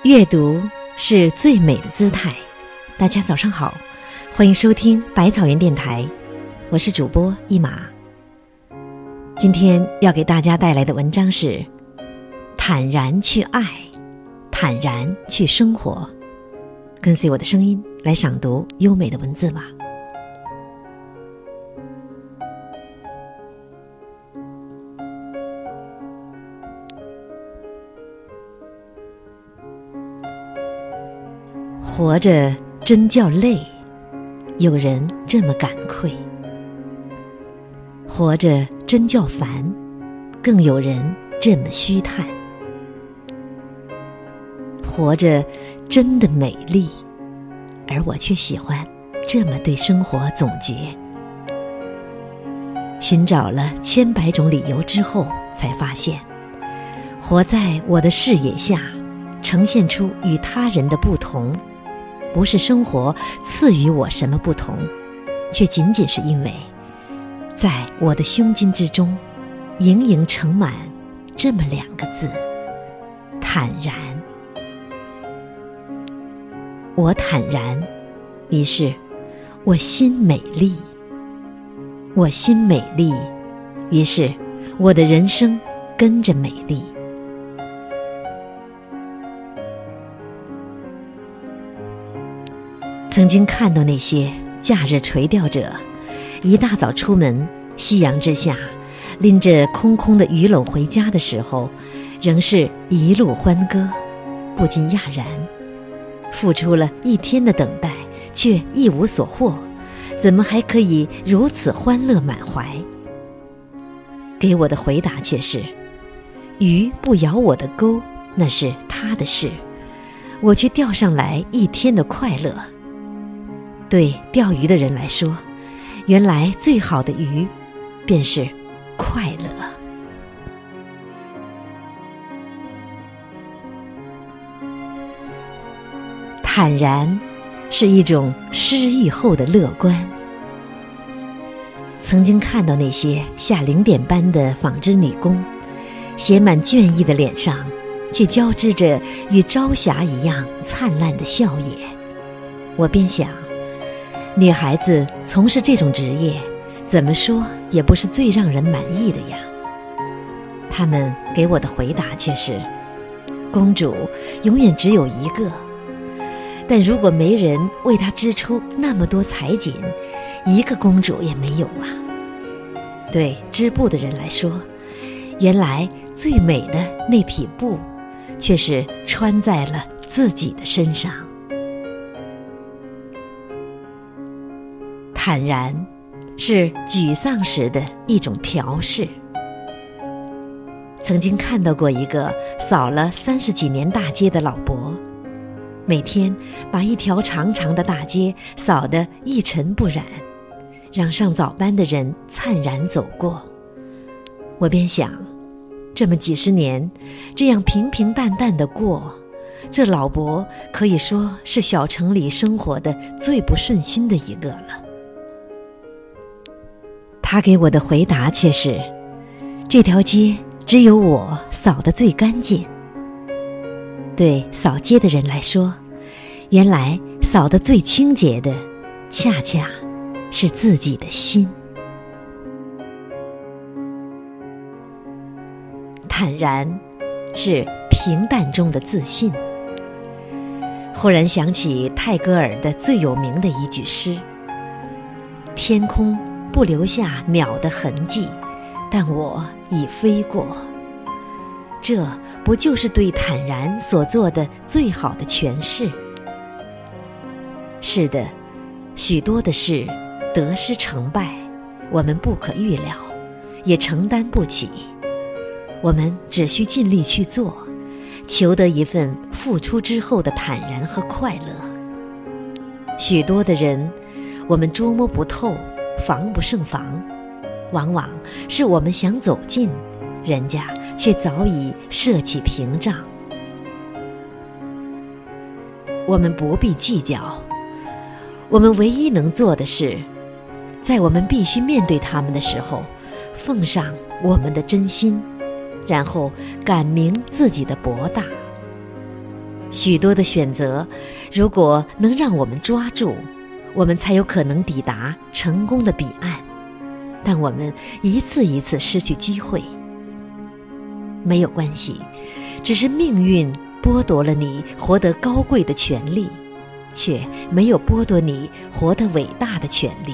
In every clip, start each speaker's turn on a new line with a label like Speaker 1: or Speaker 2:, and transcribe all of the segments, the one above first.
Speaker 1: 阅读是最美的姿态。大家早上好，欢迎收听百草园电台，我是主播一马。今天要给大家带来的文章是坦然去爱，坦然去生活。跟随我的声音来赏读优美的文字吧。活着真叫累，有人这么感愧；活着真叫烦，更有人这么虚叹。活着真的美丽，而我却喜欢这么对生活总结。寻找了千百种理由之后，才发现活在我的视野下，呈现出与他人的不同，不是生活赐予我什么不同，却仅仅是因为在我的胸襟之中盈盈盛满这么两个字：坦然。我坦然，于是我心美丽；我心美丽，于是我的人生跟着美丽。曾经看到那些假日垂钓者，一大早出门，夕阳之下，拎着空空的鱼篓回家的时候，仍是一路欢歌，不禁讶然。付出了一天的等待，却一无所获，怎么还可以如此欢乐满怀？给我的回答却是：鱼不咬我的钩，那是他的事，我却钓上来一天的快乐。对钓鱼的人来说，原来最好的鱼便是快乐。坦然是一种失意后的乐观。曾经看到那些下0点班的纺织女工，写满倦意的脸上却交织着与朝霞一样灿烂的笑靥，我便想，女孩子从事这种职业，怎么说也不是最让人满意的呀。他们给我的回答却是：公主永远只有一个，但如果没人为她织出那么多彩锦，一个公主也没有啊。对织布的人来说，原来最美的那匹布，却是穿在了自己的身上。坦然是沮丧时的一种调试。曾经看到过一个扫了30几年大街的老伯，每天把一条长长的大街扫得一尘不染，让上早班的人灿然走过。我便想，这么几十年，这样平平淡淡的过，这老伯可以说是小城里生活的最不顺心的一个了。他给我的回答却是：这条街只有我扫得最干净。对扫街的人来说，原来扫得最清洁的，恰恰是自己的心。坦然是平淡中的自信。忽然想起泰戈尔的最有名的一句诗：天空不留下鸟的痕迹，但我已飞过。这不就是对坦然所做的最好的诠释？是的，许多的事，得失成败，我们不可预料，也承担不起。我们只需尽力去做，求得一份付出之后的坦然和快乐。许多的人，我们捉摸不透，防不胜防，往往是我们想走近，人家却早已设起屏障。我们不必计较，我们唯一能做的是，在我们必须面对他们的时候，奉上我们的真心，然后感明自己的博大。 许多的选择，如果能让我们抓住，我们才有可能抵达成功的彼岸。但我们一次一次失去机会。没有关系，只是命运剥夺了你活得高贵的权利，却没有剥夺你活得伟大的权利。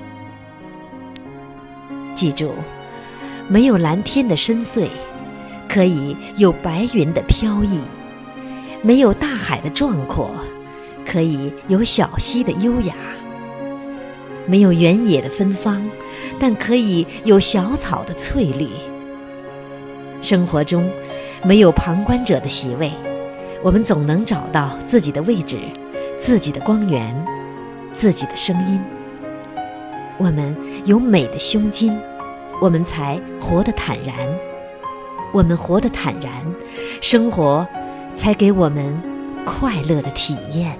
Speaker 1: 记住，没有蓝天的深邃，可以有白云的飘逸；没有大海的壮阔，可以有小溪的优雅；没有原野的芬芳，但可以有小草的翠绿。生活中没有旁观者的席位，我们总能找到自己的位置，自己的光源，自己的声音。我们有美的胸襟，我们才活得坦然。我们活得坦然，生活才给我们快乐的体验。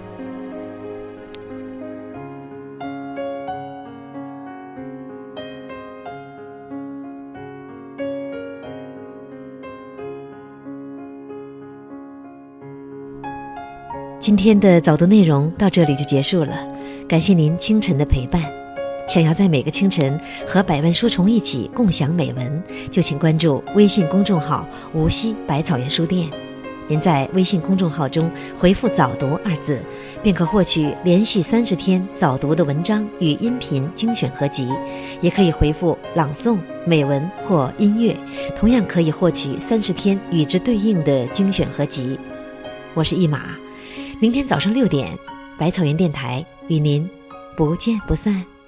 Speaker 1: 今天的早读内容到这里就结束了，感谢您清晨的陪伴。想要在每个清晨和百万书虫一起共享美文，就请关注微信公众号无锡百草园书店。您在微信公众号中回复早读2字，便可获取连续30天早读的文章与音频精选合集，也可以回复朗诵、美文或音乐，同样可以获取30天与之对应的精选合集。我是一马，明天早上6点，百草园电台与您不见不散。